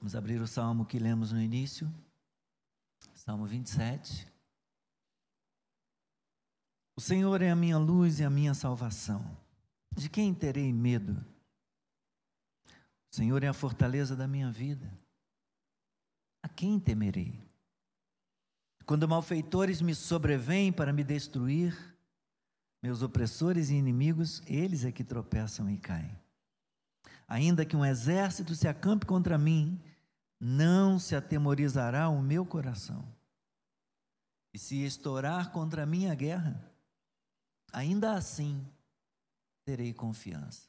Vamos abrir o salmo que lemos no início, Salmo 27. O Senhor é a minha luz e a minha salvação. De quem terei medo? O Senhor é a fortaleza da minha vida. A quem temerei? Quando malfeitores me sobrevêm para me destruir, meus opressores e inimigos, eles é que tropeçam e caem. Ainda que um exército se acampe contra mim, não se atemorizará o meu coração. E se estourar contra mim a guerra, ainda assim terei confiança.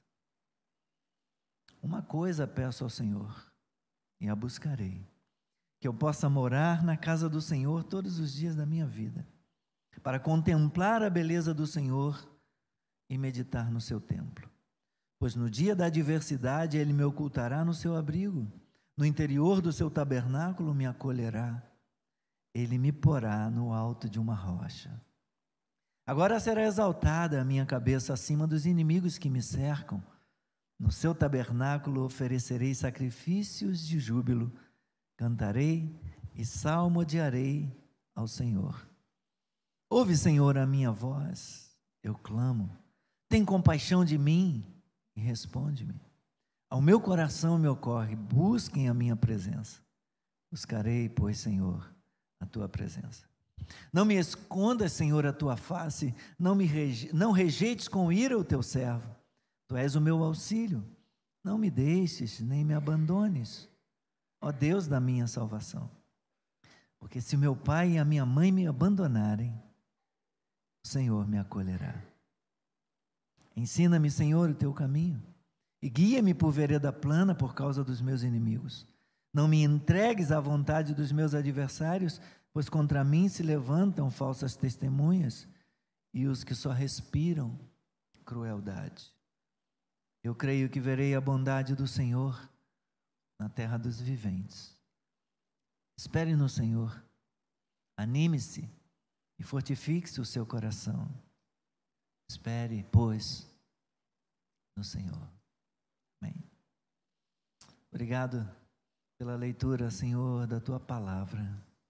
Uma coisa peço ao Senhor, e a buscarei, que eu possa morar na casa do Senhor todos os dias da minha vida, para contemplar a beleza do Senhor e meditar no seu templo. Pois no dia da adversidade Ele me ocultará no seu abrigo, no interior do seu tabernáculo me acolherá, Ele me porá no alto de uma rocha. Agora será exaltada a minha cabeça acima dos inimigos que me cercam. No seu tabernáculo oferecerei sacrifícios de júbilo, cantarei e salmodiarei ao Senhor. Ouve, Senhor, a minha voz, eu clamo. Tem compaixão de mim e responde-me. Ao meu coração me ocorre, busquem a minha presença. Buscarei, pois, Senhor, a tua presença. Não me escondas, Senhor, a tua face, não rejeites com ira o teu servo. Tu és o meu auxílio, não me deixes, nem me abandones, ó Deus da minha salvação. Porque se meu pai e a minha mãe me abandonarem, o Senhor me acolherá. Ensina-me, Senhor, o teu caminho, e guia-me por vereda plana por causa dos meus inimigos. Não me entregues à vontade dos meus adversários, pois contra mim se levantam falsas testemunhas e os que só respiram crueldade. Eu creio que verei a bondade do Senhor na terra dos viventes. Espere no Senhor, anime-se e fortifique-se o seu coração. Espere, pois, no Senhor. Amém. Obrigado pela leitura, Senhor, da tua palavra.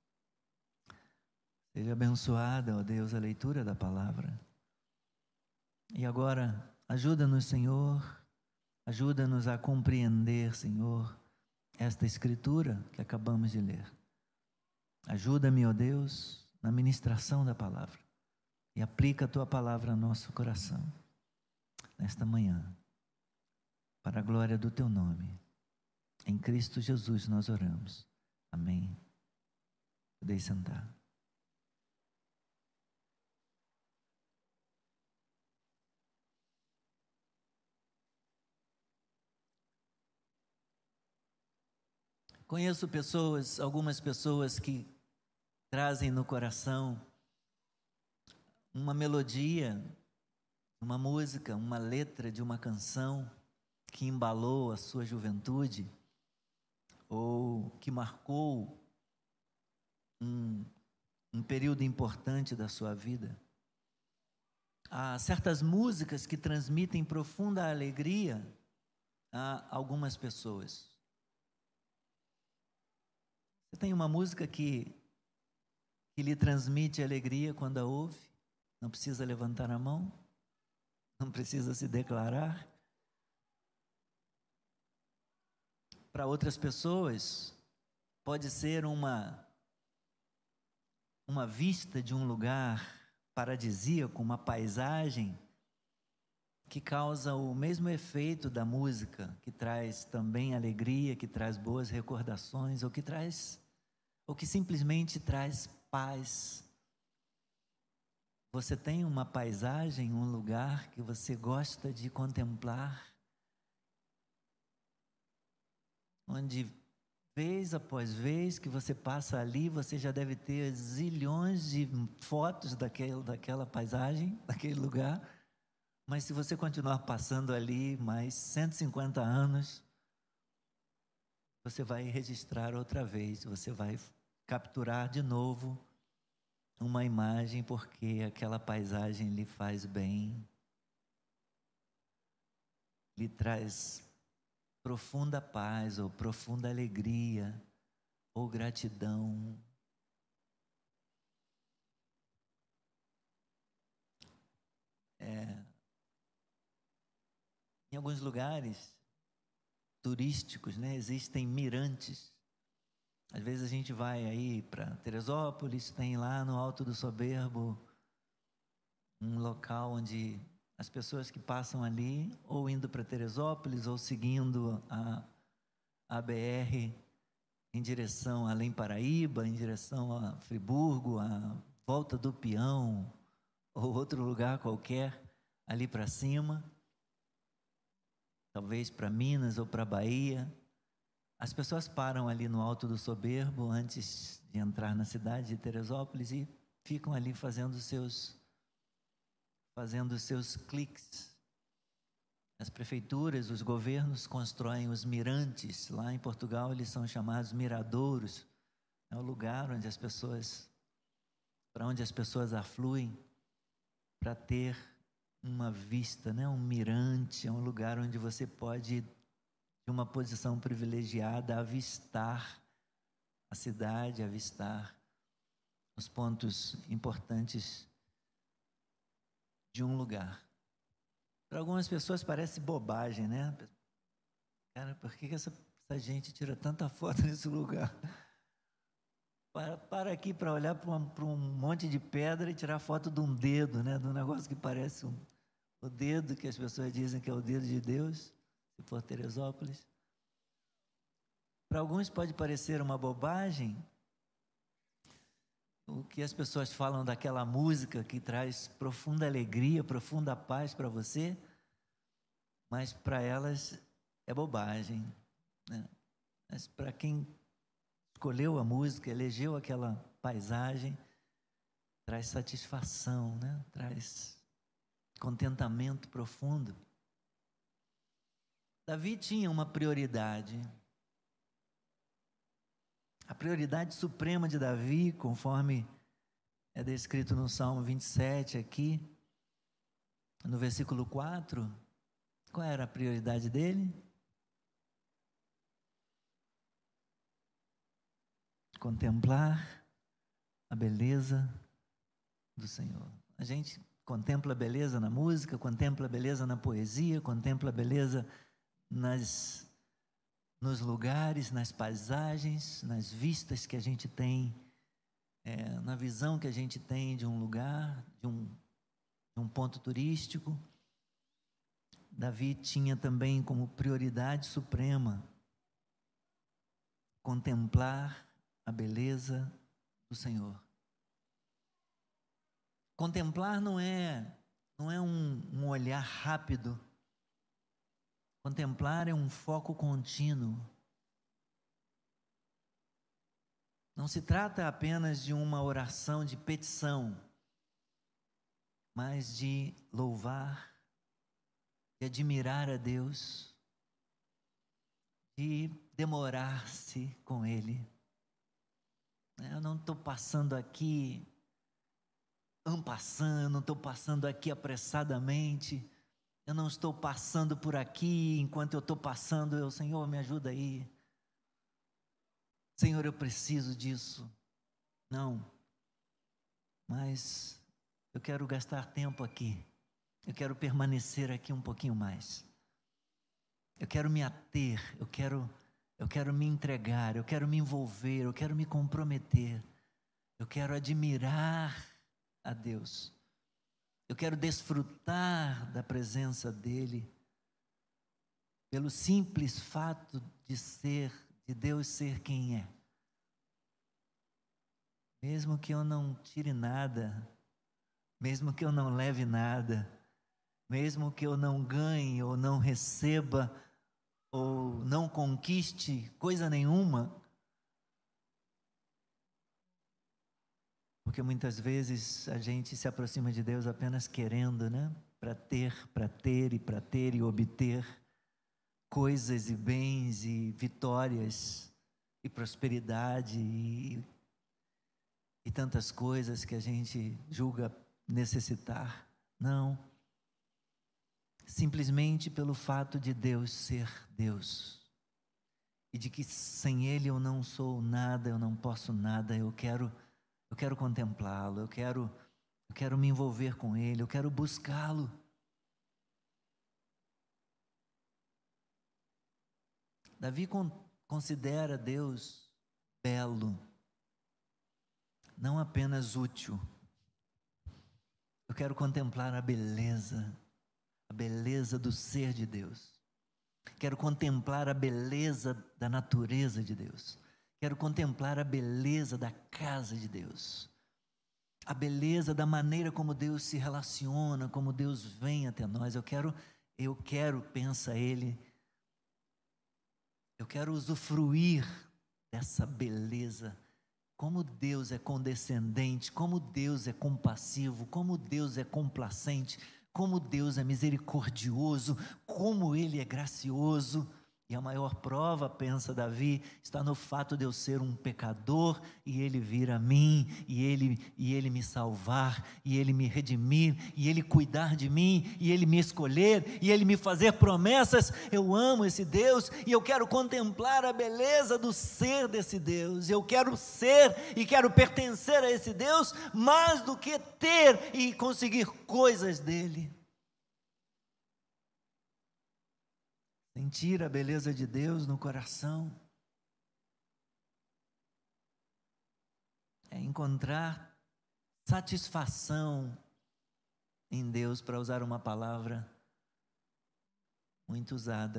Seja abençoada, ó Deus, a leitura da palavra. E agora, ajuda-nos, Senhor, ajuda-nos a compreender, Senhor, esta escritura que acabamos de ler. Ajuda-me, ó Deus, na ministração da palavra. E aplica a tua palavra ao nosso coração, nesta manhã, para a glória do teu nome. Em Cristo Jesus nós oramos. Amém. Podeis sentar. Conheço algumas pessoas que trazem no coração uma melodia, uma música, uma letra de uma canção que embalou a sua juventude ou que marcou um período importante da sua vida. Há certas músicas que transmitem profunda alegria a algumas pessoas. Você tem uma música que lhe transmite alegria quando a ouve? Não precisa levantar a mão, não precisa se declarar. Para outras pessoas, pode ser uma vista de um lugar paradisíaco, uma paisagem que causa o mesmo efeito da música, que traz também alegria, que traz boas recordações, ou que simplesmente traz paz. Você tem uma paisagem, um lugar que você gosta de contemplar, onde vez após vez que você passa ali, você já deve ter zilhões de fotos daquela paisagem, daquele lugar, mas se você continuar passando ali mais 150 anos, você vai registrar outra vez, você vai capturar de novo uma imagem, porque aquela paisagem lhe faz bem, lhe traz profunda paz, ou profunda alegria, ou gratidão. Em alguns lugares turísticos, né, existem mirantes. Às vezes a gente vai aí para Teresópolis, tem lá no Alto do Soberbo um local onde as pessoas que passam ali, ou indo para Teresópolis, ou seguindo a BR em direção a Além Paraíba, em direção a Friburgo, a Volta do Peão, ou outro lugar qualquer ali para cima, talvez para Minas ou para Bahia. As pessoas param ali no Alto do Soberbo antes de entrar na cidade de Teresópolis e ficam ali fazendo seus cliques. As prefeituras, os governos constroem os mirantes. Lá em Portugal eles são chamados miradouros. É o lugar onde para onde as pessoas afluem para ter uma vista, né? Um mirante, é um lugar onde você pode, de uma posição privilegiada, avistar a cidade, avistar os pontos importantes de um lugar. Para algumas pessoas parece bobagem, né? Cara, por que essa gente tira tanta foto nesse lugar? Para aqui para olhar para um monte de pedra e tirar foto de um dedo, né? De um negócio que parece o dedo que as pessoas dizem que é o dedo de Deus, se for Teresópolis. Para alguns pode parecer uma bobagem o que as pessoas falam daquela música que traz profunda alegria, profunda paz para você, mas para elas é bobagem, né? Mas para quem escolheu a música, elegeu aquela paisagem, traz satisfação, né? Traz contentamento profundo. Davi tinha uma prioridade. A prioridade suprema de Davi, conforme é descrito no Salmo 27 aqui, no versículo 4, qual era a prioridade dele? Contemplar a beleza do Senhor. A gente contempla a beleza na música, contempla a beleza na poesia, contempla a beleza nos lugares, nas paisagens, nas vistas que a gente tem, na visão que a gente tem de um lugar, de um ponto turístico. Davi tinha também como prioridade suprema contemplar a beleza do Senhor. Contemplar não é um olhar rápido. Contemplar é um foco contínuo. Não se trata apenas de uma oração de petição, mas de louvar, de admirar a Deus, de demorar-se com Ele. Eu não estou passando aqui en passant, não estou passando aqui apressadamente, eu não estou passando por aqui, enquanto eu estou passando, Senhor, me ajuda aí. Senhor, eu preciso disso. Não, mas eu quero gastar tempo aqui, eu quero permanecer aqui um pouquinho mais. Eu quero me ater, eu quero me entregar, eu quero me envolver, eu quero me comprometer, eu quero admirar a Deus, eu quero desfrutar da presença dEle, pelo simples fato de Deus ser quem é. Mesmo que eu não tire nada, mesmo que eu não leve nada, mesmo que eu não ganhe ou não receba ou não conquiste coisa nenhuma, porque muitas vezes a gente se aproxima de Deus apenas querendo, né? Para ter e obter coisas e bens e vitórias e prosperidade e tantas coisas que a gente julga necessitar. Não. simplesmente pelo fato de Deus ser Deus. E de que sem Ele eu não sou nada, eu não posso nada, eu quero contemplá-lo, eu quero me envolver com Ele, eu quero buscá-lo. Davi considera Deus belo, não apenas útil. Eu quero contemplar a beleza do ser de Deus. Quero contemplar a beleza da natureza de Deus. Quero contemplar a beleza da casa de Deus. A beleza da maneira como Deus se relaciona, como Deus vem até nós. Eu quero, pensa ele, eu quero usufruir dessa beleza. Como Deus é condescendente, como Deus é compassivo, como Deus é complacente, como Deus é misericordioso, como Ele é gracioso. E a maior prova, pensa Davi, está no fato de eu ser um pecador e Ele vir a mim, e Ele me salvar, e Ele me redimir, e Ele cuidar de mim, e Ele me escolher, e Ele me fazer promessas. Eu amo esse Deus e eu quero contemplar a beleza do ser desse Deus. Eu quero ser e quero pertencer a esse Deus mais do que ter e conseguir coisas dele. Sentir a beleza de Deus no coração é encontrar satisfação em Deus, para usar uma palavra muito usada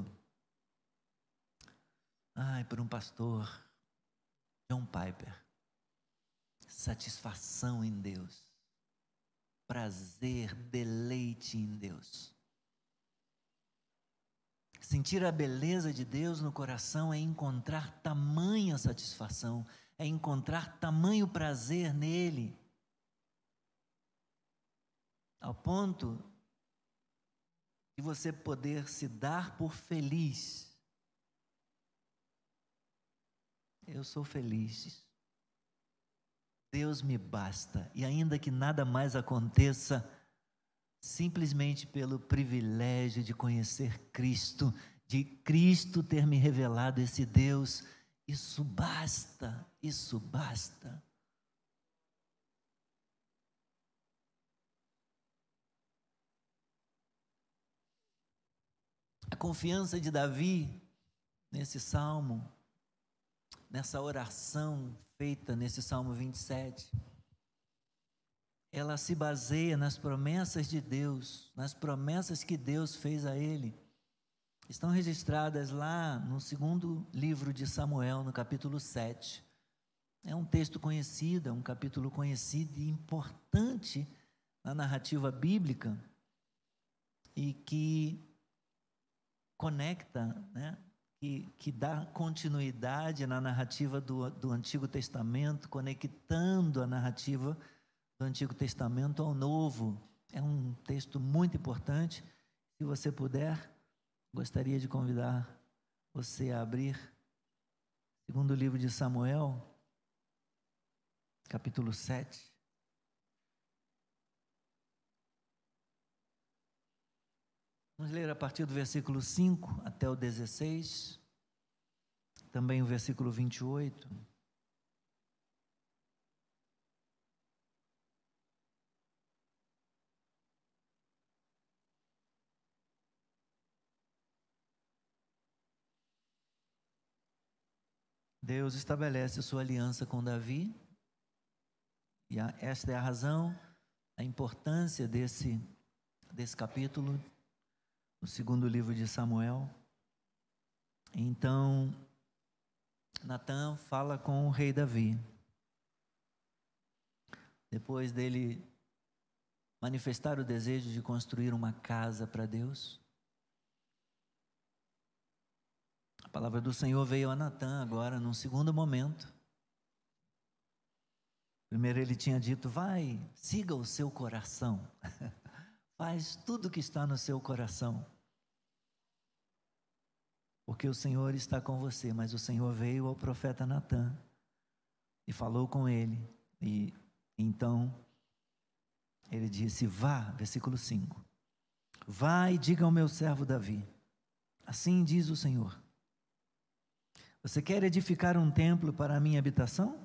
por um pastor, John Piper. Satisfação em Deus, prazer, deleite em Deus. Sentir a beleza de Deus no coração é encontrar tamanha satisfação, é encontrar tamanho prazer nele, ao ponto de você poder se dar por feliz. Eu sou feliz, Deus me basta, e ainda que nada mais aconteça, simplesmente pelo privilégio de conhecer Cristo, de Cristo ter me revelado esse Deus, isso basta, isso basta. A confiança de Davi nesse salmo, nessa oração feita nesse Salmo 27, ela se baseia nas promessas de Deus, nas promessas que Deus fez a ele. Estão registradas lá no segundo livro de Samuel, no capítulo 7. É um texto conhecido, é um capítulo conhecido e importante na narrativa bíblica, e que conecta, que dá continuidade na narrativa do Antigo Testamento, conectando a narrativa do Antigo Testamento ao Novo. É um texto muito importante. Se você puder, gostaria de convidar você a abrir segundo livro de Samuel, capítulo 7. Vamos ler a partir do versículo 5 até o 16, também o versículo 28. Deus estabelece a sua aliança com Davi, e esta é a razão, a importância desse capítulo, o segundo livro de Samuel. Então, Natã fala com o rei Davi, depois dele manifestar o desejo de construir uma casa para Deus. A palavra do Senhor veio a Natã agora, num segundo momento. Primeiro ele tinha dito: vai, siga o seu coração, faz tudo o que está no seu coração, porque o Senhor está com você. Mas o Senhor veio ao profeta Natã e falou com ele, então ele disse: vá, versículo 5, vai e diga ao meu servo Davi, assim diz o Senhor, você quer edificar um templo para a minha habitação?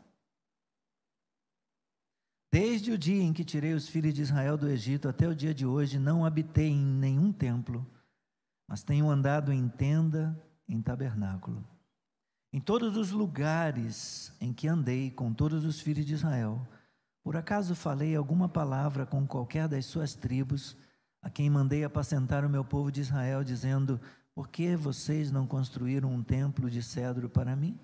Desde o dia em que tirei os filhos de Israel do Egito até o dia de hoje, não habitei em nenhum templo, mas tenho andado em tenda, em tabernáculo. Em todos os lugares em que andei com todos os filhos de Israel, por acaso falei alguma palavra com qualquer das suas tribos, a quem mandei apacentar o meu povo de Israel, dizendo, por que vocês não construíram um templo de cedro para mim?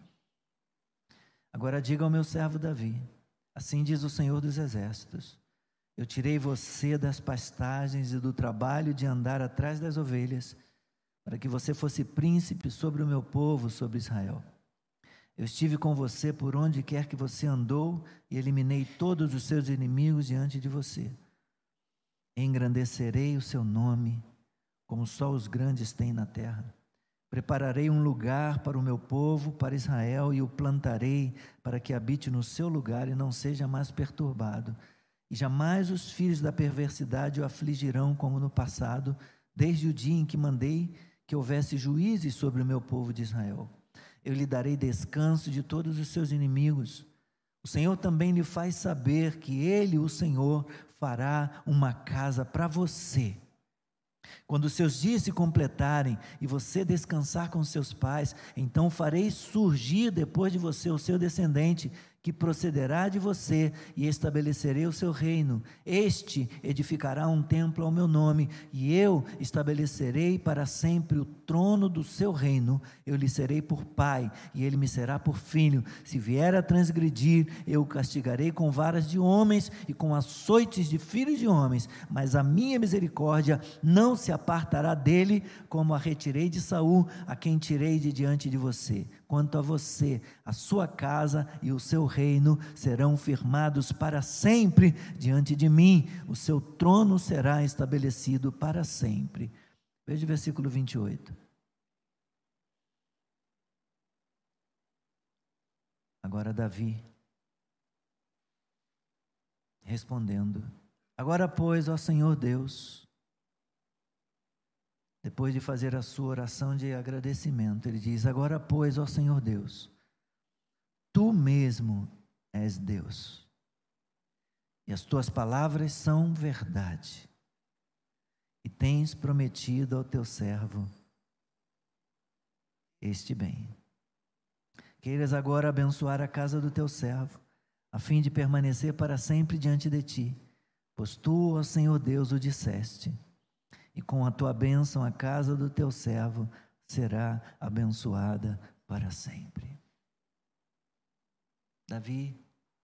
Agora diga ao meu servo Davi, assim diz o Senhor dos Exércitos, eu tirei você das pastagens e do trabalho de andar atrás das ovelhas, para que você fosse príncipe sobre o meu povo, sobre Israel. Eu estive com você por onde quer que você andou e eliminei todos os seus inimigos diante de você. Engrandecerei o seu nome, como só os grandes têm na terra. Prepararei um lugar para o meu povo, para Israel, e o plantarei para que habite no seu lugar e não seja mais perturbado. E jamais os filhos da perversidade o afligirão como no passado, desde o dia em que mandei que houvesse juízes sobre o meu povo de Israel. Eu lhe darei descanso de todos os seus inimigos. O Senhor também lhe faz saber que Ele, o Senhor, fará uma casa para você. Quando os seus dias se completarem e você descansar com seus pais, então farei surgir depois de você o seu descendente, que procederá de você, e estabelecerei o seu reino. Este edificará um templo ao meu nome, e eu estabelecerei para sempre o trono do seu reino. Eu lhe serei por pai, e ele me será por filho. Se vier a transgredir, eu o castigarei com varas de homens e com açoites de filhos de homens, mas a minha misericórdia não se apartará dele, como a retirei de Saul, a quem tirei de diante de você. Quanto a você, a sua casa e o seu reino serão firmados para sempre diante de mim, o seu trono será estabelecido para sempre. Veja o versículo 28. Agora Davi, respondendo, agora pois, ó Senhor Deus, depois de fazer a sua oração de agradecimento, ele diz, agora pois, ó Senhor Deus, tu mesmo és Deus, e as tuas palavras são verdade, e tens prometido ao teu servo este bem. Queiras agora abençoar a casa do teu servo, a fim de permanecer para sempre diante de ti, pois tu, ó Senhor Deus, o disseste, e com a tua bênção a casa do teu servo será abençoada para sempre. Davi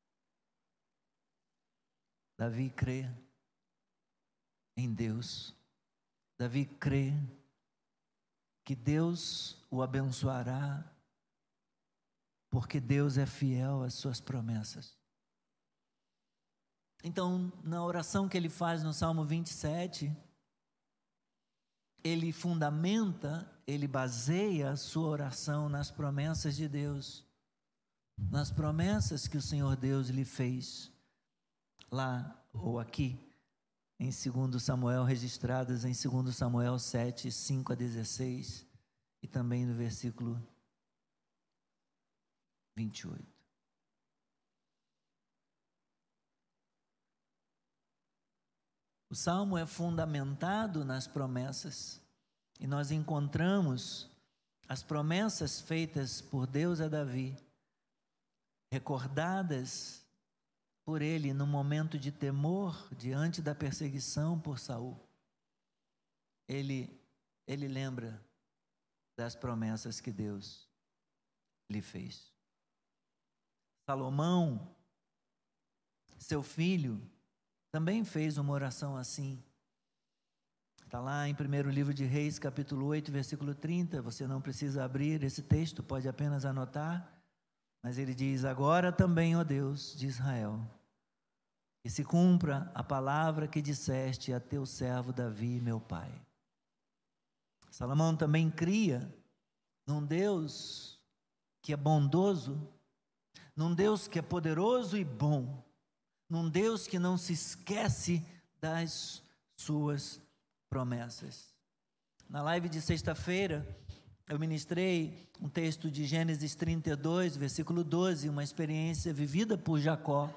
crê em Deus. Davi crê que Deus o abençoará, porque Deus é fiel às suas promessas. Então, na oração que ele faz no Salmo 27, ele fundamenta, ele baseia a sua oração nas promessas de Deus, nas promessas que o Senhor Deus lhe fez, lá ou aqui, em 2 Samuel, registradas em 2 Samuel 7, 5 a 16, e também no versículo 28. O Salmo é fundamentado nas promessas, e nós encontramos as promessas feitas por Deus a Davi, recordadas por ele no momento de temor, diante da perseguição por Saul. Ele lembra das promessas que Deus lhe fez. Salomão, seu filho, também fez uma oração assim. Está lá em 1º livro de Reis, capítulo 8, versículo 30. Você não precisa abrir esse texto, pode apenas anotar. Mas ele diz, agora também, ó Deus de Israel, que se cumpra a palavra que disseste a teu servo Davi, meu pai. Salomão também cria num Deus que é bondoso, num Deus que é poderoso e bom, num Deus que não se esquece das suas promessas. Na live de sexta-feira, eu ministrei um texto de Gênesis 32, versículo 12, uma experiência vivida por Jacó.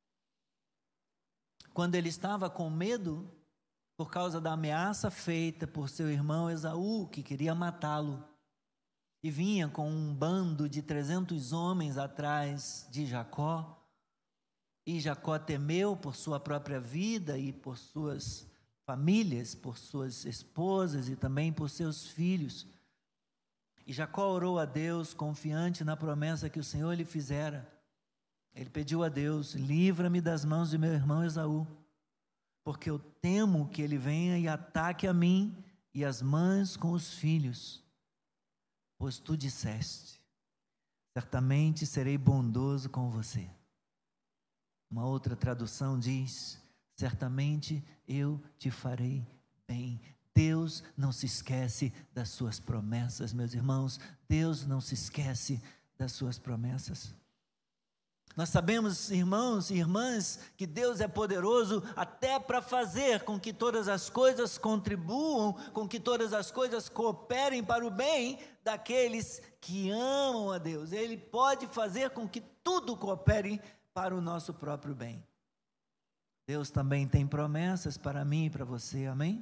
Quando ele estava com medo, por causa da ameaça feita por seu irmão Esaú, que queria matá-lo, e vinha com um bando de 300 homens atrás de Jacó, e Jacó temeu por sua própria vida e por suas famílias, por suas esposas e também por seus filhos. E Jacó orou a Deus, confiante na promessa que o Senhor lhe fizera. Ele pediu a Deus: livra-me das mãos de meu irmão Esaú, porque eu temo que ele venha e ataque a mim e as mães com os filhos. Pois tu disseste: certamente serei bondoso com você. Uma outra tradução diz: certamente eu te farei bem. Deus não se esquece das suas promessas, meus irmãos. Deus não se esquece das suas promessas. Nós sabemos, irmãos e irmãs, que Deus é poderoso até para fazer com que todas as coisas contribuam, com que todas as coisas cooperem para o bem daqueles que amam a Deus. Ele pode fazer com que tudo coopere para o nosso próprio bem. Deus também tem promessas para mim e para você, amém?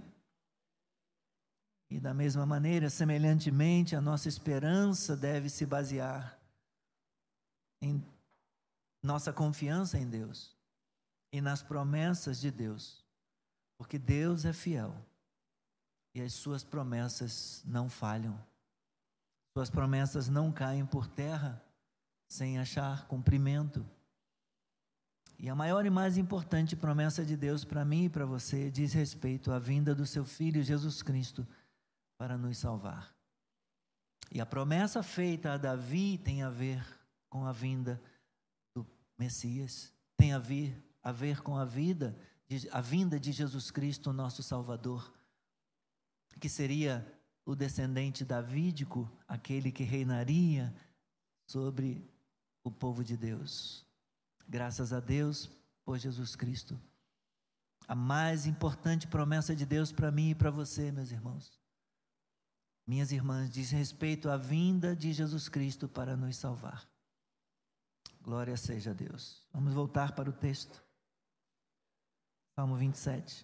E da mesma maneira, semelhantemente, a nossa esperança deve se basear em nossa confiança em Deus e nas promessas de Deus, porque Deus é fiel e as suas promessas não falham. Suas promessas não caem por terra sem achar cumprimento. E a maior e mais importante promessa de Deus para mim e para você diz respeito à vinda do seu Filho Jesus Cristo para nos salvar. E a promessa feita a Davi tem a ver com a vinda do Messias, tem a ver com a vinda de Jesus Cristo, nosso Salvador, que seria o descendente davídico, aquele que reinaria sobre o povo de Deus. Graças a Deus por Jesus Cristo. A mais importante promessa de Deus para mim e para você, meus irmãos, minhas irmãs, diz respeito à vinda de Jesus Cristo para nos salvar. Glória seja a Deus. Vamos voltar para o texto. Salmo 27.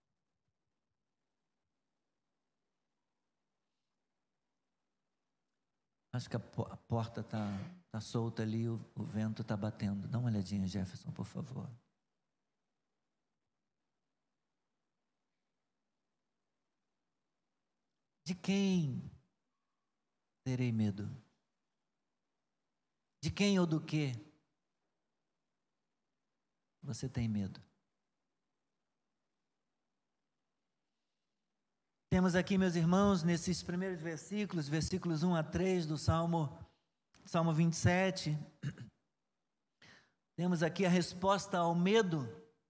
Acho que a porta está solta ali, o vento está batendo. Dá uma olhadinha, Jefferson, por favor. De quem terei medo? De quem ou do que você tem medo? Temos aqui, meus irmãos, nesses primeiros versículos 1 a 3 do Salmo 27, temos aqui a resposta ao medo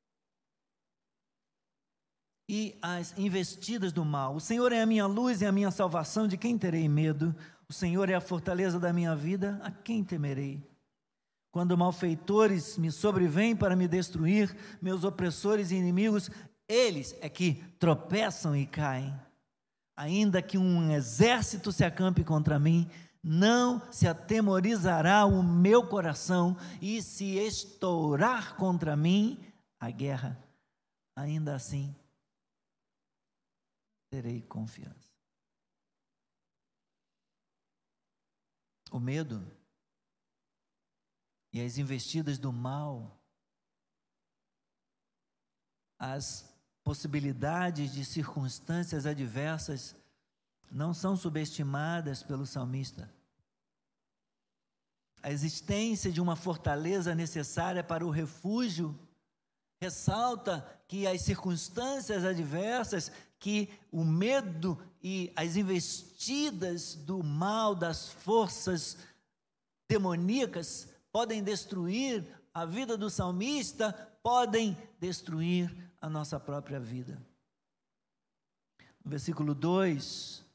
e as investidas do mal. O Senhor é a minha luz e a minha salvação, de quem terei medo? O Senhor é a fortaleza da minha vida, a quem temerei? Quando malfeitores me sobrevêm para me destruir, meus opressores e inimigos, eles é que tropeçam e caem. Ainda que um exército se acampe contra mim, não se atemorizará o meu coração, e se estourar contra mim a guerra, ainda assim terei confiança. O medo e as investidas do mal, as possibilidades de circunstâncias adversas não são subestimadas pelo salmista. A existência de uma fortaleza necessária para o refúgio ressalta que as circunstâncias adversas, que o medo e as investidas do mal, das forças demoníacas, podem destruir a vida do salmista, podem destruir a nossa própria vida. No versículo 2,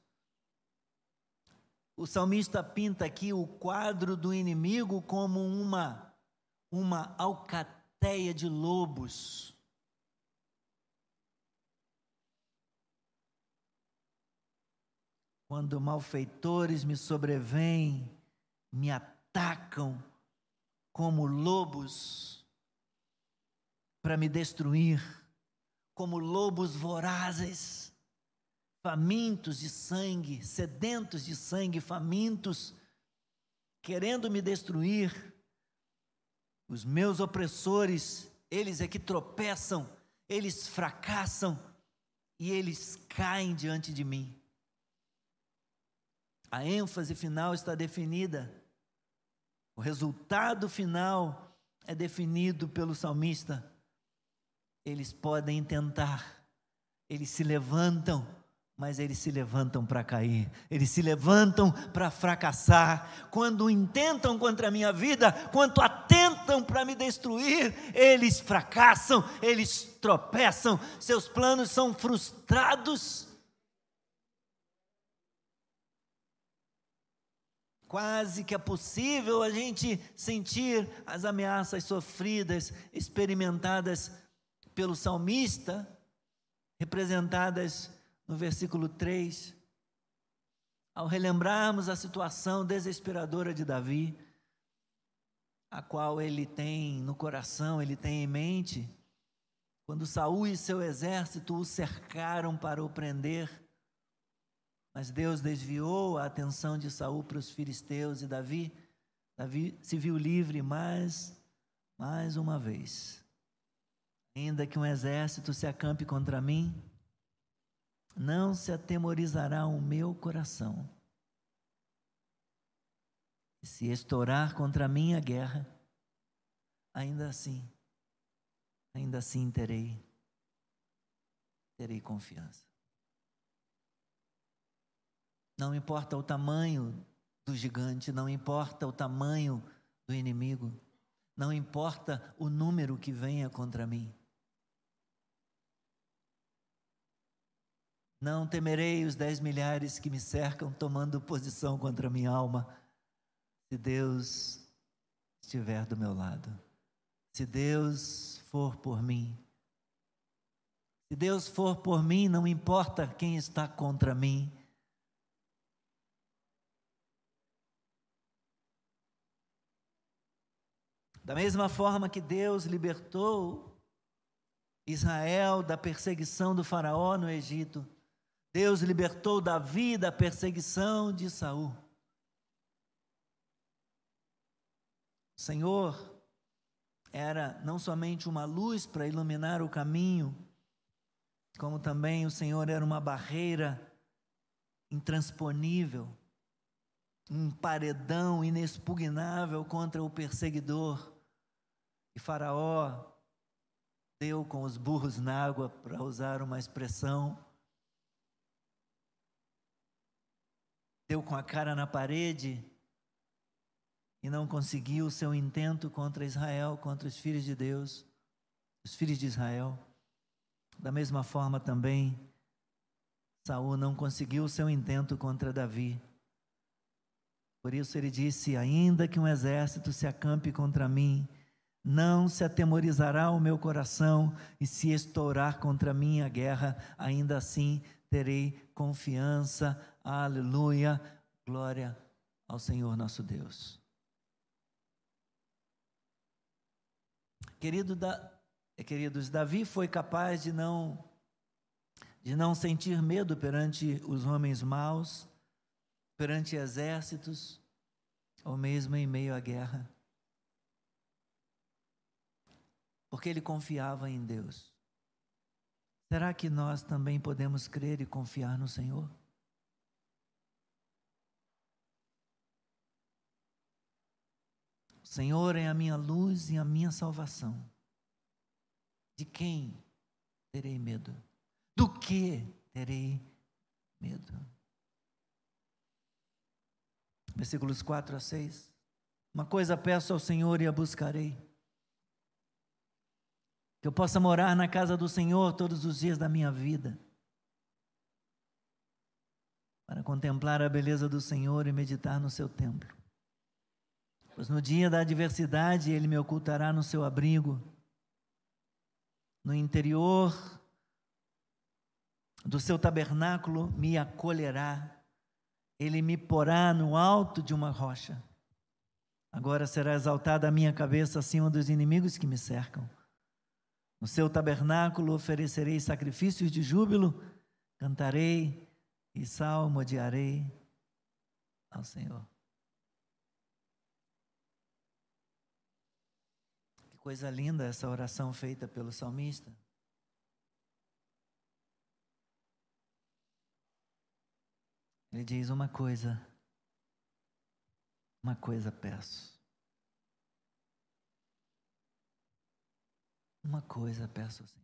o salmista pinta aqui o quadro do inimigo como uma alcateia de lobos. quando malfeitores me sobrevêm, me atacam como lobos para me destruir, como lobos vorazes, famintos de sangue, sedentos de sangue, famintos, querendo me destruir. Os meus opressores, eles é que tropeçam, eles fracassam e eles caem diante de mim. A ênfase final está definida. O resultado final é definido pelo salmista. Eles podem tentar, eles se levantam, mas eles se levantam para cair, eles se levantam para fracassar. Quando intentam contra a minha vida, quando atentam para me destruir, eles fracassam, eles tropeçam, seus planos são frustrados. Quase que é possível a gente sentir as ameaças sofridas, experimentadas pelo salmista, representadas no versículo 3, ao relembrarmos a situação desesperadora de Davi, a qual ele tem no coração, ele tem em mente, quando Saul e seu exército o cercaram para o prender, mas Deus desviou a atenção de Saul para os filisteus, e Davi se viu livre mais uma vez. Ainda que um exército se acampe contra mim, não se atemorizará o meu coração. E se estourar contra mim a guerra, ainda assim terei confiança. Não importa o tamanho do gigante, não importa o tamanho do inimigo, não importa o número que venha contra mim. Não temerei os 10 milhares que me cercam tomando posição contra a minha alma, se Deus estiver do meu lado, se Deus for por mim. Se Deus for por mim, não importa quem está contra mim. Da mesma forma que Deus libertou Israel da perseguição do faraó no Egito, Deus libertou Davi da perseguição de Saul. O Senhor era não somente uma luz para iluminar o caminho, como também o Senhor era uma barreira intransponível, um paredão inexpugnável contra o perseguidor. E Faraó deu com os burros na água, para usar uma expressão, deu com a cara na parede e não conseguiu o seu intento contra Israel, contra os filhos de Deus, os filhos de Israel. Da mesma forma também, Saul não conseguiu o seu intento contra Davi. Por isso ele disse: ainda que um exército se acampe contra mim, não se atemorizará o meu coração, e se estourar contra mim a guerra, ainda assim terei confiança. Aleluia, glória ao Senhor nosso Deus. Queridos, Davi foi capaz de não sentir medo perante os homens maus, perante exércitos, ou mesmo em meio à guerra, porque ele confiava em Deus. Será que nós também podemos crer e confiar no Senhor? O Senhor é a minha luz e a minha salvação. De quem terei medo? Do que terei medo? Versículos 4 a 6. Uma coisa peço ao Senhor e a buscarei: que eu possa morar na casa do Senhor todos os dias da minha vida, para contemplar a beleza do Senhor e meditar no seu templo. Pois no dia da adversidade Ele me ocultará no seu abrigo, no interior do seu tabernáculo me acolherá, Ele me porá no alto de uma rocha. Agora será exaltada a minha cabeça acima dos inimigos que me cercam. No seu tabernáculo oferecerei sacrifícios de júbilo, cantarei e salmodiarei ao Senhor. Que coisa linda essa oração feita pelo salmista. Ele diz: uma coisa peço. Uma coisa peço ao Senhor.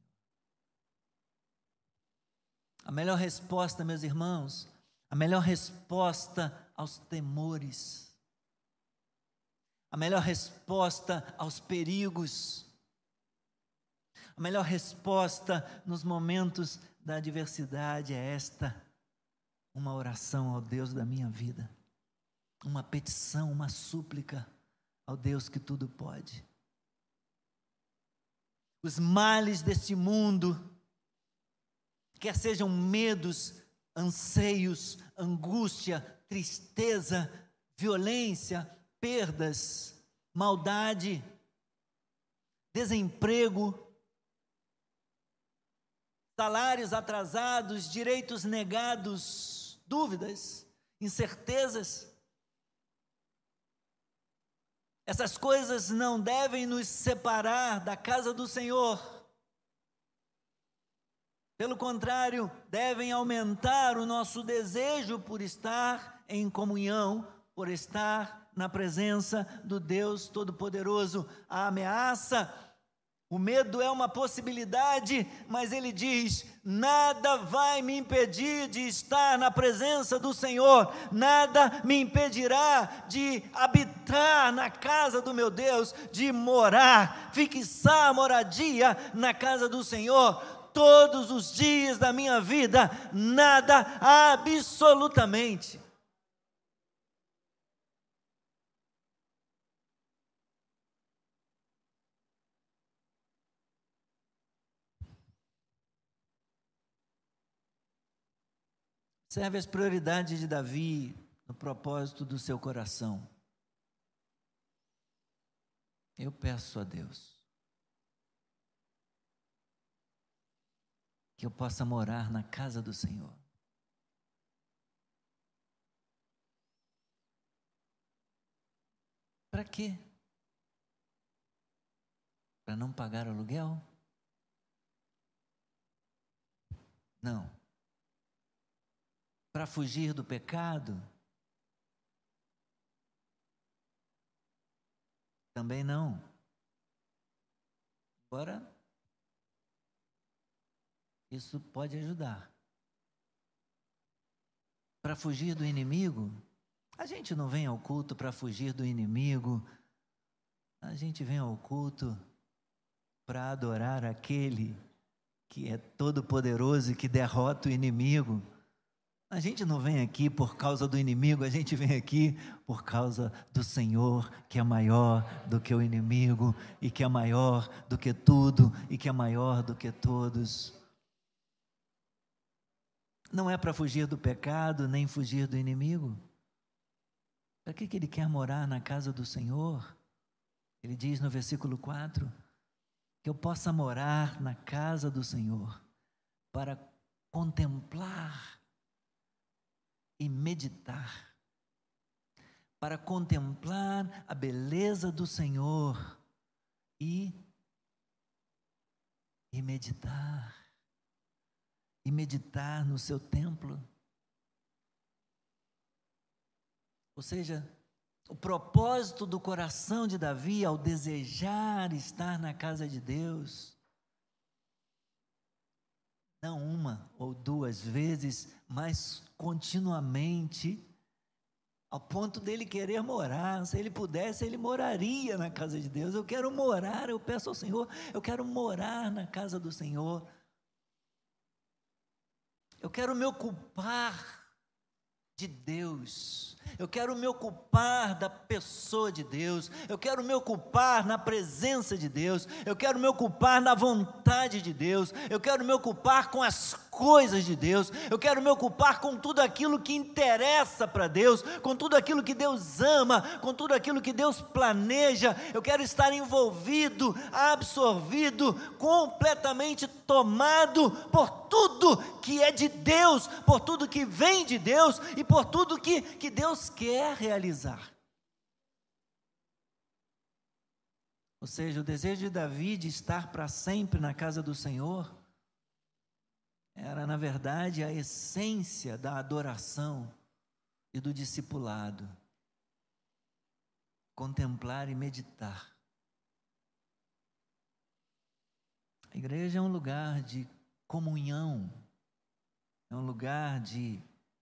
A melhor resposta, meus irmãos, a melhor resposta aos temores, a melhor resposta aos perigos, a melhor resposta nos momentos da adversidade é esta: uma oração ao Deus da minha vida, uma petição, uma súplica ao Deus que tudo pode. Os males deste mundo, quer sejam medos, anseios, angústia, tristeza, violência, perdas, maldade, desemprego, salários atrasados, direitos negados, dúvidas, incertezas. Essas coisas não devem nos separar da casa do Senhor. Pelo contrário, devem aumentar o nosso desejo por estar em comunhão, por estar na presença do Deus Todo-Poderoso. A ameaça, o medo é uma possibilidade, mas ele diz: nada vai me impedir de estar na presença do Senhor, nada me impedirá de habitar na casa do meu Deus, de morar, fixar moradia na casa do Senhor, todos os dias da minha vida, nada, absolutamente. Observe as prioridades de Davi no propósito do seu coração. Eu peço a Deus que eu possa morar na casa do Senhor. Para quê? Para não pagar aluguel? Não. Para fugir do pecado? Também não. Agora, isso pode ajudar. Para fugir do inimigo? A gente não vem ao culto para fugir do inimigo. A gente vem ao culto para adorar aquele que é todo-poderoso e que derrota o inimigo. A gente não vem aqui por causa do inimigo, a gente vem aqui por causa do Senhor, que é maior do que o inimigo, e que é maior do que tudo, e que é maior do que todos. Não é para fugir do pecado, nem fugir do inimigo. Para que ele quer morar na casa do Senhor? Ele diz no versículo 4, que eu possa morar na casa do Senhor, para contemplar e meditar, para contemplar a beleza do Senhor e meditar no seu templo. Ou seja, o propósito do coração de Davi ao desejar estar na casa de Deus, não uma ou duas vezes, mas continuamente, ao ponto dele querer morar. Se ele pudesse, ele moraria na casa de Deus. Eu quero morar, eu peço ao Senhor, eu quero morar na casa do Senhor. Eu quero me ocupar de Deus, eu quero me ocupar da pessoa de Deus, eu quero me ocupar na presença de Deus, eu quero me ocupar na vontade de Deus, eu quero me ocupar com as coisas de Deus, eu quero me ocupar com tudo aquilo que interessa para Deus, com tudo aquilo que Deus ama, com tudo aquilo que Deus planeja. Eu quero estar envolvido, absorvido, completamente tomado por tudo que é de Deus, por tudo que vem de Deus e por tudo que Deus quer realizar. Ou seja, o desejo de Davi de estar para sempre na casa do Senhor era, na verdade, a essência da adoração e do discipulado. Contemplar e meditar. A igreja é um lugar de comunhão, é um lugar de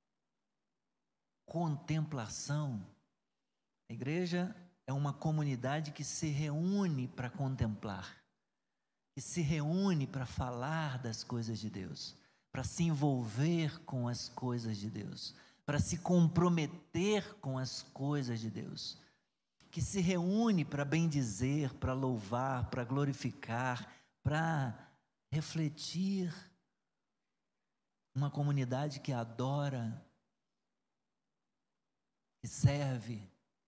contemplação. A igreja é uma comunidade que se reúne para contemplar, que se reúne para falar das coisas de Deus, para se envolver com as coisas de Deus, para se comprometer com as coisas de Deus, que se reúne para bendizer, para louvar, para glorificar, para refletir. Uma comunidade que adora, que serve,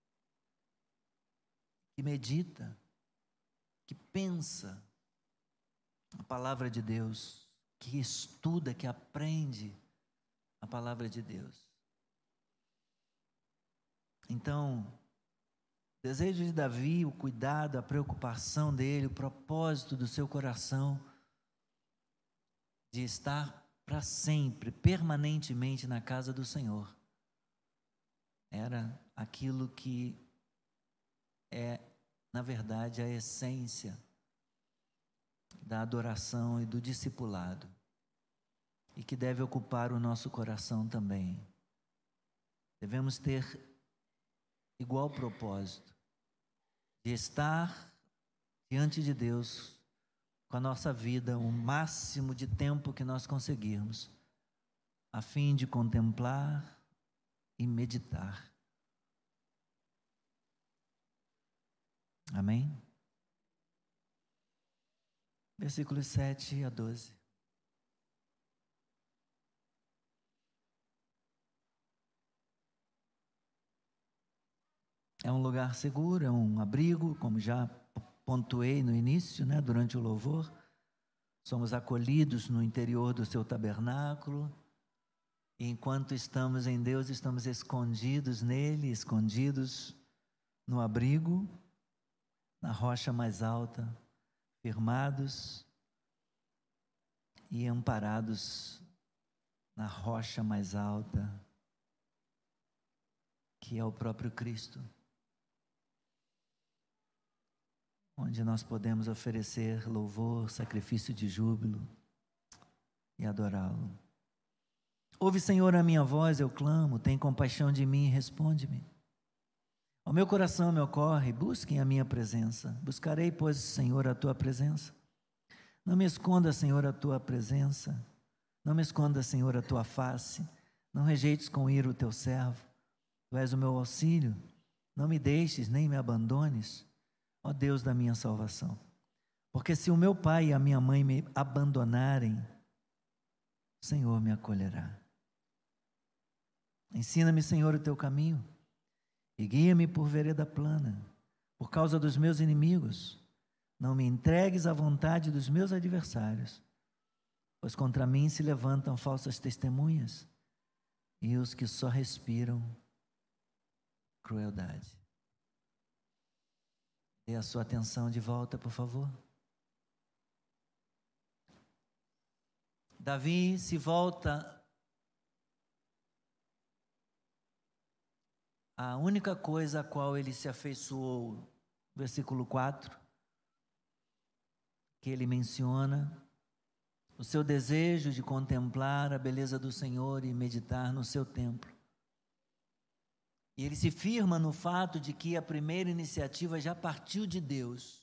que medita, que pensa a palavra de Deus, que estuda, que aprende a palavra de Deus. Então, o desejo de Davi, o cuidado, a preocupação dele, o propósito do seu coração de estar para sempre, permanentemente na casa do Senhor, era aquilo que é, na verdade, a essência da adoração e do discipulado, e que deve ocupar o nosso coração também. Devemos ter igual propósito, de estar diante de Deus com a nossa vida o máximo de tempo que nós conseguirmos, a fim de contemplar e meditar. Amém? Versículos 7 a 12. É um lugar seguro, é um abrigo, como já pontuei no início, durante o louvor. Somos acolhidos no interior do seu tabernáculo. E enquanto estamos em Deus, estamos escondidos nele, escondidos no abrigo, na rocha mais alta, firmados e amparados na rocha mais alta, que é o próprio Cristo, onde nós podemos oferecer louvor, sacrifício de júbilo e adorá-lo. Ouve, Senhor, a minha voz, eu clamo, tem compaixão de mim e responde-me. Ao meu coração me ocorre, busquem a minha presença. Buscarei, pois, Senhor, a tua presença. Não me esconda, Senhor, a tua presença. Não me esconda, Senhor, a tua face. Não rejeites com ira o teu servo. Tu és o meu auxílio. Não me deixes, nem me abandones, ó Deus da minha salvação. Porque se o meu pai e a minha mãe me abandonarem, o Senhor me acolherá. Ensina-me, Senhor, o teu caminho e guia-me por vereda plana, por causa dos meus inimigos. Não me entregues à vontade dos meus adversários, pois contra mim se levantam falsas testemunhas e os que só respiram crueldade. Dê a sua atenção de volta, por favor. Davi se volta à única coisa a qual ele se afeiçoou, versículo 4, que ele menciona o seu desejo de contemplar a beleza do Senhor e meditar no seu templo. E ele se firma no fato de que a primeira iniciativa já partiu de Deus.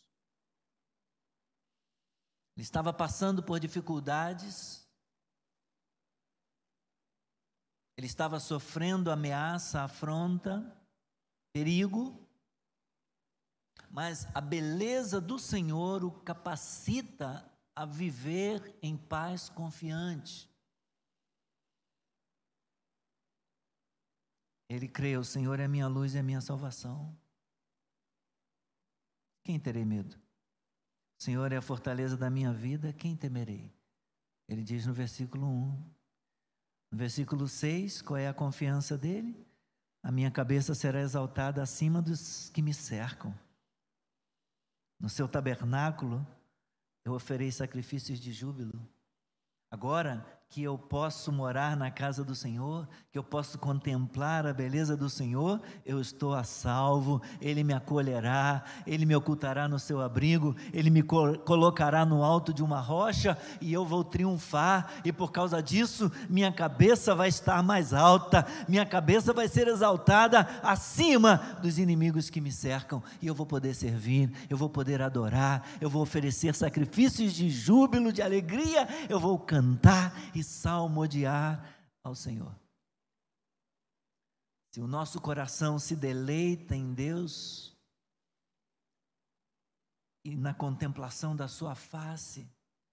Ele estava passando por dificuldades, ele estava sofrendo ameaça, afronta, perigo, mas a beleza do Senhor o capacita a viver em paz confiante. Ele crê, o Senhor é a minha luz e a minha salvação. Quem terei medo? O Senhor é a fortaleza da minha vida, quem temerei? Ele diz no versículo 1. No versículo 6, qual é a confiança dele? A minha cabeça será exaltada acima dos que me cercam. No seu tabernáculo, eu oferei sacrifícios de júbilo. Agora que eu posso morar na casa do Senhor, que eu posso contemplar a beleza do Senhor, eu estou a salvo, Ele me acolherá, Ele me ocultará no seu abrigo, Ele me colocará no alto de uma rocha, e eu vou triunfar, e por causa disso, minha cabeça vai estar mais alta, minha cabeça vai ser exaltada acima dos inimigos que me cercam, e eu vou poder servir, eu vou poder adorar, eu vou oferecer sacrifícios de júbilo, de alegria, eu vou cantar e salmodiar ao Senhor. Se o nosso coração se deleita em Deus e na contemplação da sua face,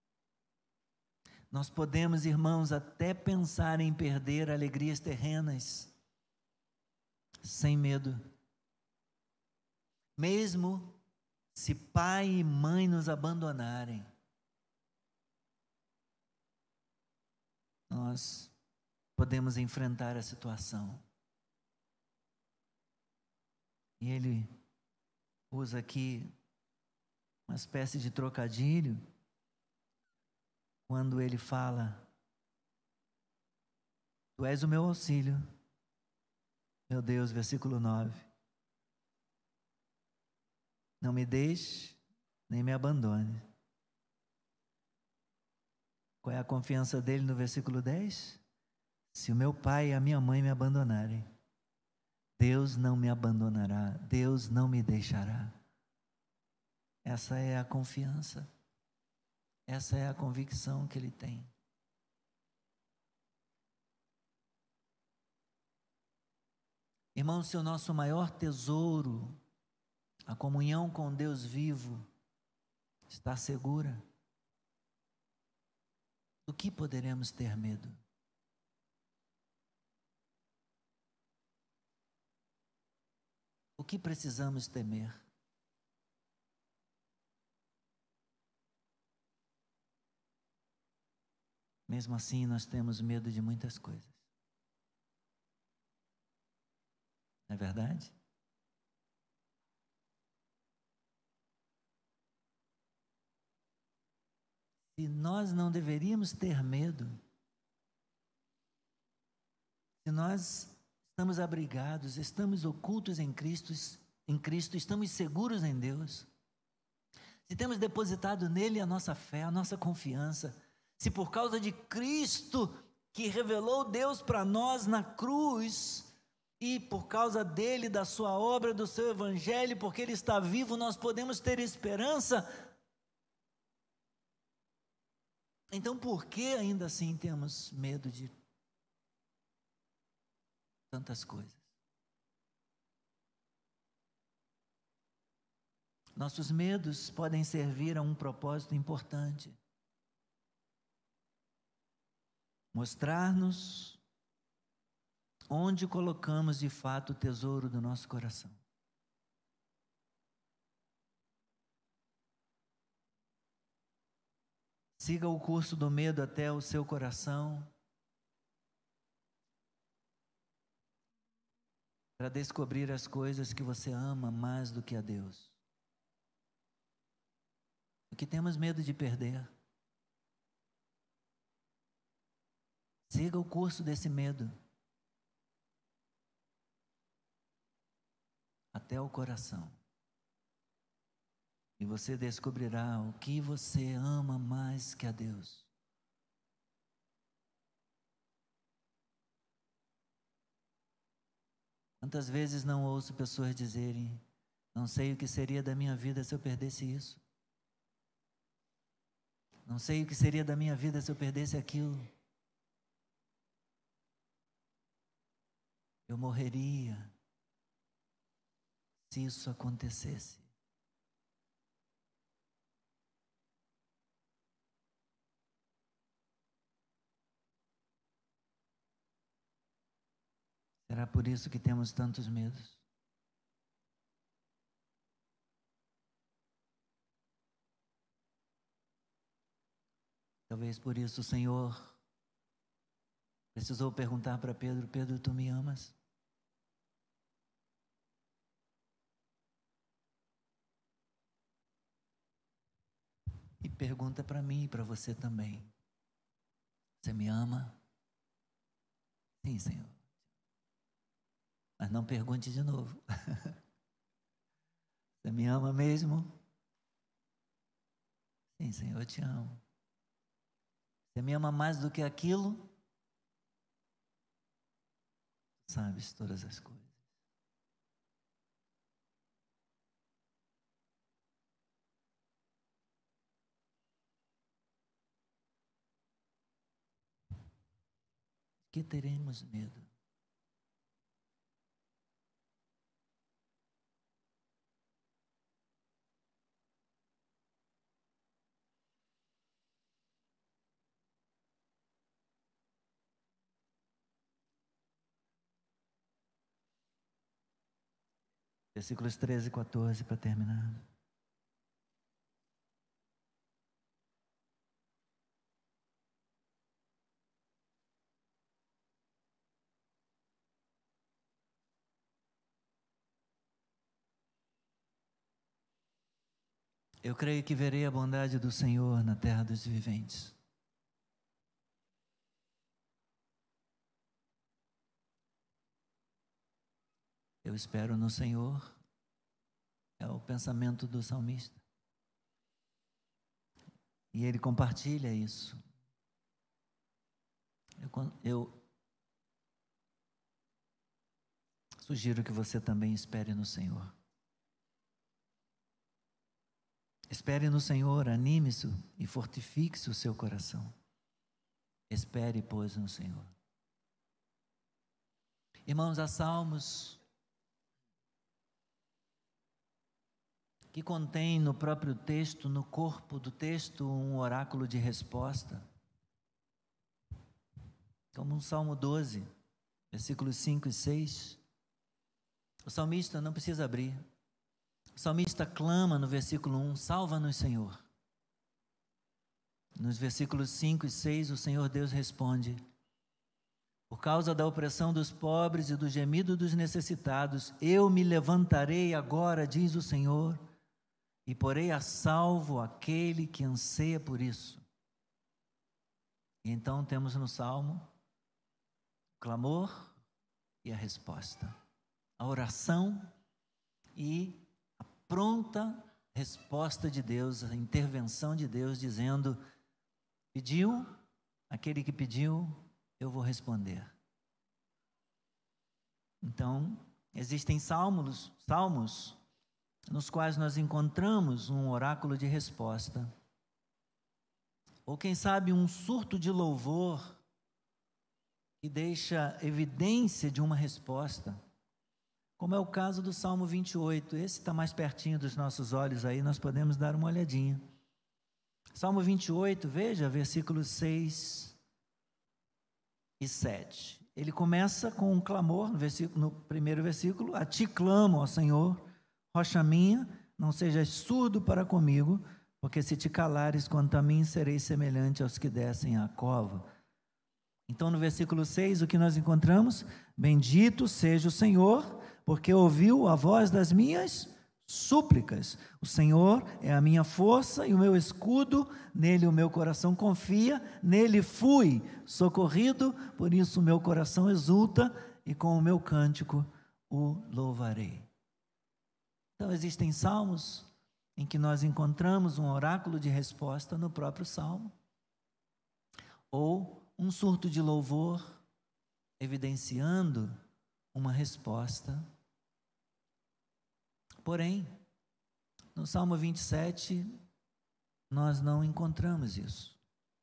nós podemos, irmãos, até pensar em perder alegrias terrenas, sem medo. Mesmo se pai e mãe nos abandonarem, nós podemos enfrentar a situação. E ele usa aqui uma espécie de trocadilho, quando ele fala: Tu és o meu auxílio, meu Deus, versículo 9. Não me deixe, nem me abandone. Qual é a confiança dele no versículo 10? Se o meu pai e a minha mãe me abandonarem, Deus não me abandonará, Deus não me deixará. Essa é a confiança, essa é a convicção que ele tem. Irmão, se o nosso maior tesouro, a comunhão com Deus vivo, está segura, do que poderemos ter medo? O que precisamos temer? Mesmo assim, nós temos medo de muitas coisas. Não é verdade? E nós não deveríamos ter medo, se nós estamos abrigados, estamos ocultos em Cristo, estamos seguros em Deus, se temos depositado nele a nossa fé, a nossa confiança, se por causa de Cristo, que revelou Deus para nós na cruz, e por causa dele, da sua obra, do seu evangelho, porque ele está vivo, nós podemos ter esperança. Então, por que ainda assim temos medo de tantas coisas? Nossos medos podem servir a um propósito importante: mostrar-nos onde colocamos de fato o tesouro do nosso coração. Siga o curso do medo até o seu coração, para descobrir as coisas que você ama mais do que a Deus. O que temos medo de perder. Siga o curso desse medo até o coração. E você descobrirá o que você ama mais que a Deus. Quantas vezes não ouço pessoas dizerem: não sei o que seria da minha vida se eu perdesse isso. Não sei o que seria da minha vida se eu perdesse aquilo. Eu morreria se isso acontecesse. Será por isso que temos tantos medos? Talvez por isso o Senhor precisou perguntar para Pedro: Pedro, tu me amas? E pergunta para mim e para você também: você me ama? Sim, Senhor. Mas não pergunte de novo. Você me ama mesmo? Sim, Senhor, eu te amo. Você me ama mais do que aquilo? Sabes todas as coisas. Que teremos medo? Versículos 13 e 14 para terminar. Eu creio que verei a bondade do Senhor na terra dos viventes. Eu espero no Senhor, é o pensamento do salmista. E ele compartilha isso. Eu sugiro que você também espere no Senhor. Espere no Senhor, anime-se e fortifique-se o seu coração. Espere, pois, no Senhor. Irmãos, há salmos que contém no próprio texto, no corpo do texto, um oráculo de resposta. Como um Salmo 12, versículos 5 e 6. O salmista não precisa abrir. O salmista clama no versículo 1, salva-nos, Senhor. Nos versículos 5 e 6, o Senhor Deus responde: por causa da opressão dos pobres e do gemido dos necessitados, eu me levantarei agora, diz o Senhor, e porei a salvo aquele que anseia por isso. E então temos no Salmo o clamor e a resposta, a oração e a pronta resposta de Deus, a intervenção de Deus, dizendo: pediu, aquele que pediu, eu vou responder. Então, existem salmos nos quais nós encontramos um oráculo de resposta, ou quem sabe um surto de louvor que deixa evidência de uma resposta, como é o caso do Salmo 28. Esse está mais pertinho dos nossos olhos aí, nós podemos dar uma olhadinha. Salmo 28, veja, versículos 6 e 7. Ele começa com um clamor, no primeiro versículo: a ti clamo, ó Senhor, rocha minha, não sejas surdo para comigo, porque se te calares quanto a mim, serei semelhante aos que descem à cova. Então, no versículo 6, o que nós encontramos? Bendito seja o Senhor, porque ouviu a voz das minhas súplicas. O Senhor é a minha força e o meu escudo, nele o meu coração confia, nele fui socorrido, por isso o meu coração exulta e com o meu cântico o louvarei. Então, existem salmos em que nós encontramos um oráculo de resposta no próprio salmo, ou um surto de louvor evidenciando uma resposta. Porém, no Salmo 27, nós não encontramos isso.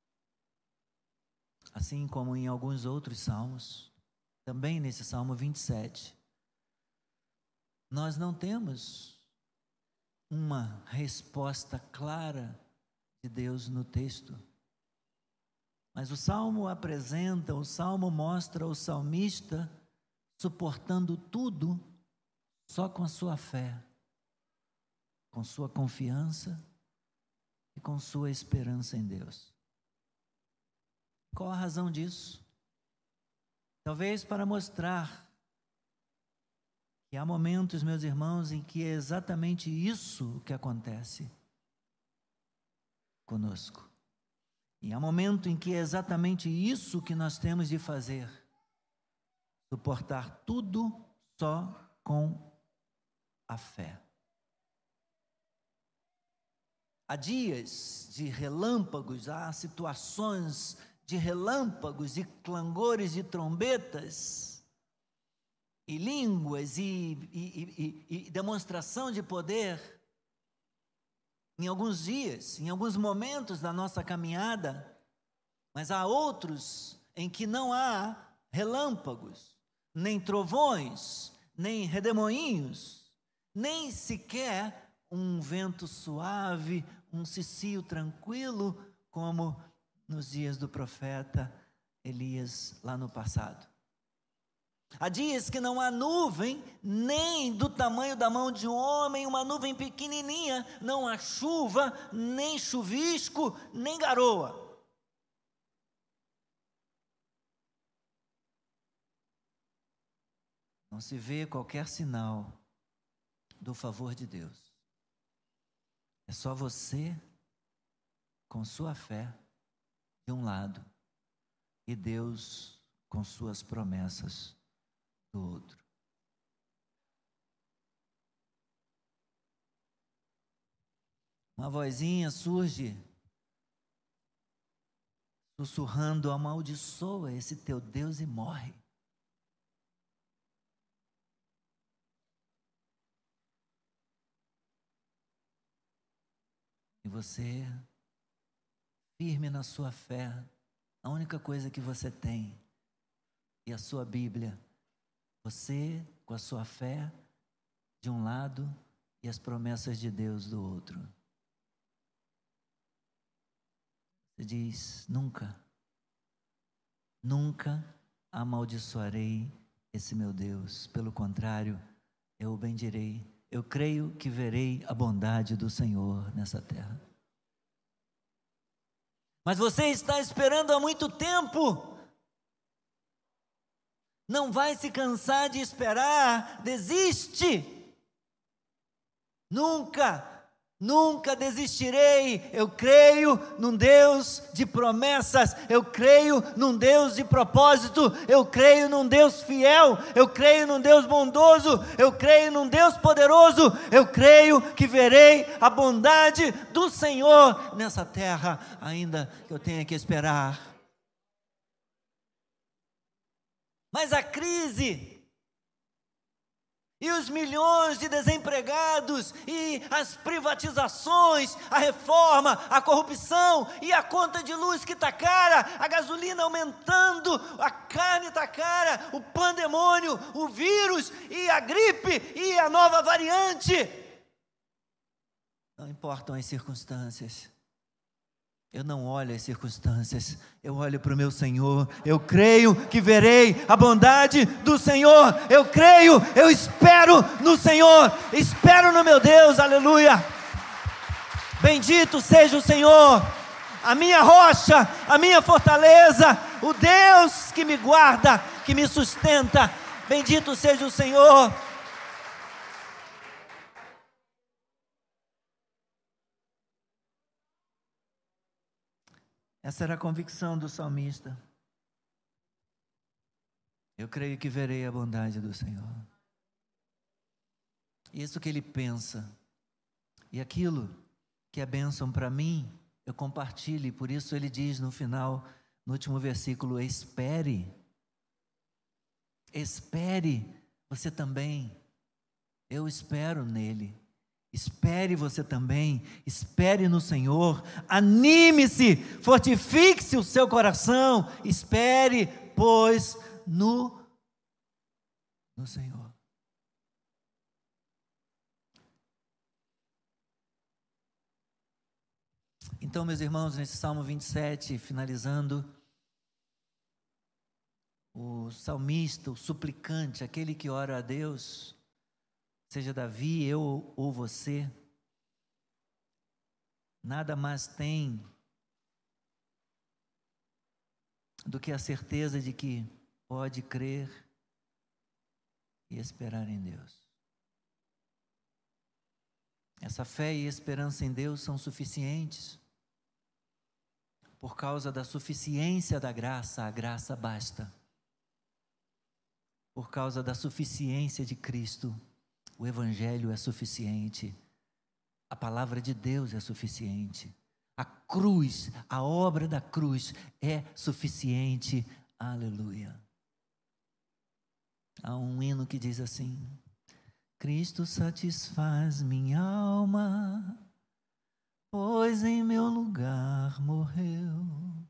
Assim como em alguns outros salmos, também nesse Salmo 27, nós não temos uma resposta clara de Deus no texto. Mas o Salmo mostra o salmista suportando tudo só com a sua fé, com sua confiança e com sua esperança em Deus. Qual a razão disso? Talvez para mostrar que há momentos, meus irmãos, em que é exatamente isso que acontece conosco. E há momento em que é exatamente isso que nós temos de fazer: suportar tudo só com a fé. Há dias de relâmpagos, há situações de relâmpagos e clangores de trombetas, e línguas e demonstração de poder, em alguns dias, em alguns momentos da nossa caminhada, mas há outros em que não há relâmpagos, nem trovões, nem redemoinhos, nem sequer um vento suave, um cicio tranquilo, como nos dias do profeta Elias lá no passado. Há dias que não há nuvem, nem do tamanho da mão de um homem, uma nuvem pequenininha, não há chuva, nem chuvisco, nem garoa. Não se vê qualquer sinal do favor de Deus. É só você, com sua fé, de um lado, e Deus com suas promessas do outro. Uma vozinha surge, sussurrando: amaldiçoa esse teu Deus e morre. E você, firme na sua fé, a única coisa que você tem, e a sua Bíblia, você com a sua fé de um lado e as promessas de Deus do outro. Você diz: nunca, nunca amaldiçoarei esse meu Deus. Pelo contrário, eu o bendirei. Eu creio que verei a bondade do Senhor nessa terra. Mas você está esperando há muito tempo. Não vai se cansar de esperar. Desiste. Nunca desistirei. Eu creio num Deus de promessas, eu creio num Deus de propósito, eu creio num Deus fiel, eu creio num Deus bondoso, eu creio num Deus poderoso, eu creio que verei a bondade do Senhor nessa terra, ainda que eu tenha que esperar. Mas a crise e os milhões de desempregados, e as privatizações, a reforma, a corrupção, e a conta de luz que está cara, a gasolina aumentando, a carne está cara, o pandemônio, o vírus, e a gripe, e a nova variante. Não importam as circunstâncias. Eu não olho as circunstâncias, eu olho para o meu Senhor. Eu creio que verei a bondade do Senhor. Eu creio, eu espero no Senhor, espero no meu Deus, aleluia. Bendito seja o Senhor, a minha rocha, a minha fortaleza, o Deus que me guarda, que me sustenta. Bendito seja o Senhor. Essa era a convicção do salmista. Eu creio que verei a bondade do Senhor. Isso que ele pensa. E aquilo que é bênção para mim, eu compartilho. Por isso ele diz no final, no último versículo: espere. Espere você também. Eu espero nele. Espere você também, espere no Senhor, anime-se, fortifique-se o seu coração, espere, pois, no Senhor. Então, meus irmãos, nesse Salmo 27, finalizando, o salmista, o suplicante, aquele que ora a Deus, seja Davi, eu ou você, nada mais tem do que a certeza de que pode crer e esperar em Deus. Essa fé e esperança em Deus são suficientes. Por causa da suficiência da graça, a graça basta. Por causa da suficiência de Cristo, o Evangelho é suficiente. A palavra de Deus é suficiente. A cruz, a obra da cruz é suficiente. Aleluia. Há um hino que diz assim: Cristo satisfaz minha alma, pois em meu lugar morreu.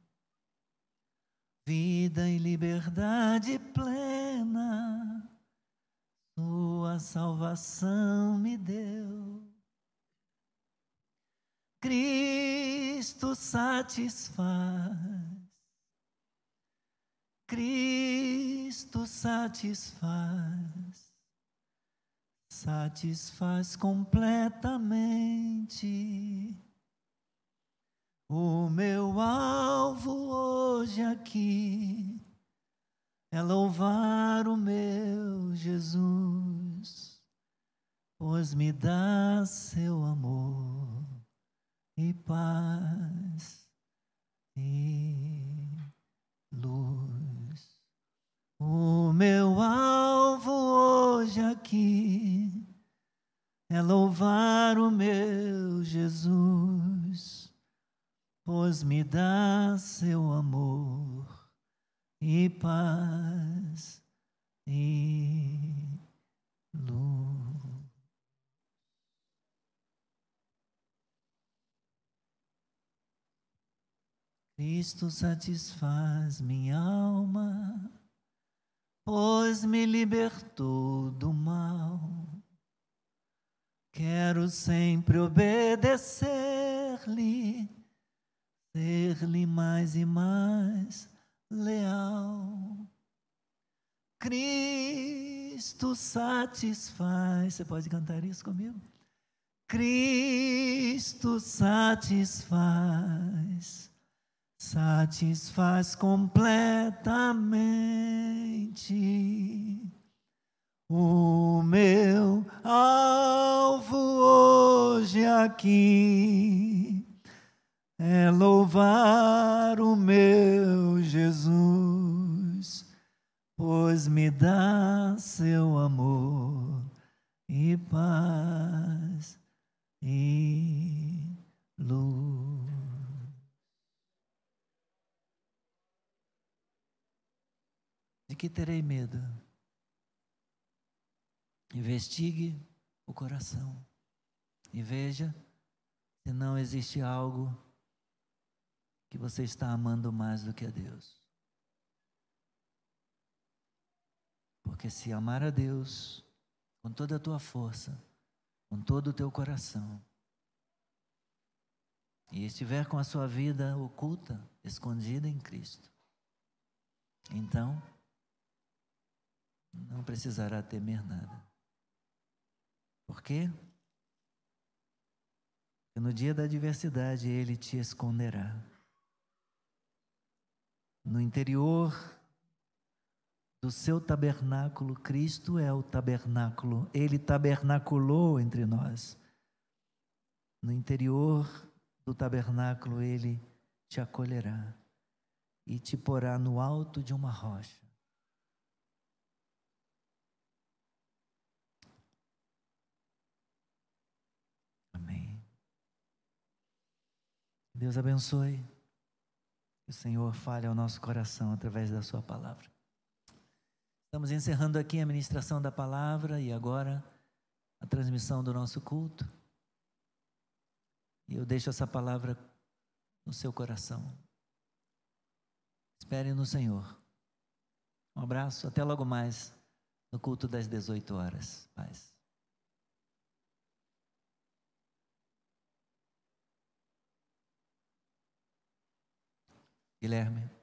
Vida e liberdade plena, sua salvação me deu. Cristo satisfaz, Cristo satisfaz, satisfaz completamente. O meu alvo hoje aqui é louvar o meu Jesus, pois me dá seu amor e paz e luz. O meu alvo hoje aqui é louvar o meu Jesus, pois me dá seu amor e paz e luz. Cristo satisfaz minha alma, pois me libertou do mal. Quero sempre obedecer-lhe, ser-lhe mais e mais leal. Cristo satisfaz. Você pode cantar isso comigo? Cristo satisfaz, satisfaz completamente. O meu alvo hoje aqui é louvar o meu Jesus, pois me dá seu amor e paz e luz. De que terei medo? Investigue o coração e veja se não existe algo que você está amando mais do que a Deus. Porque se amar a Deus com toda a tua força, com todo o teu coração, e estiver com a sua vida oculta, escondida em Cristo, então não precisará temer nada. Por quê? Porque no dia da adversidade Ele te esconderá. No interior do seu tabernáculo, Cristo é o tabernáculo. Ele tabernaculou entre nós. No interior do tabernáculo Ele te acolherá e te porá no alto de uma rocha. Amém. Deus abençoe. Que o Senhor fale ao nosso coração através da sua palavra. Estamos encerrando aqui a ministração da palavra e agora a transmissão do nosso culto. E eu deixo essa palavra no seu coração. Espere no Senhor. Um abraço, até logo mais no culto das 18 horas. Paz. Guilherme.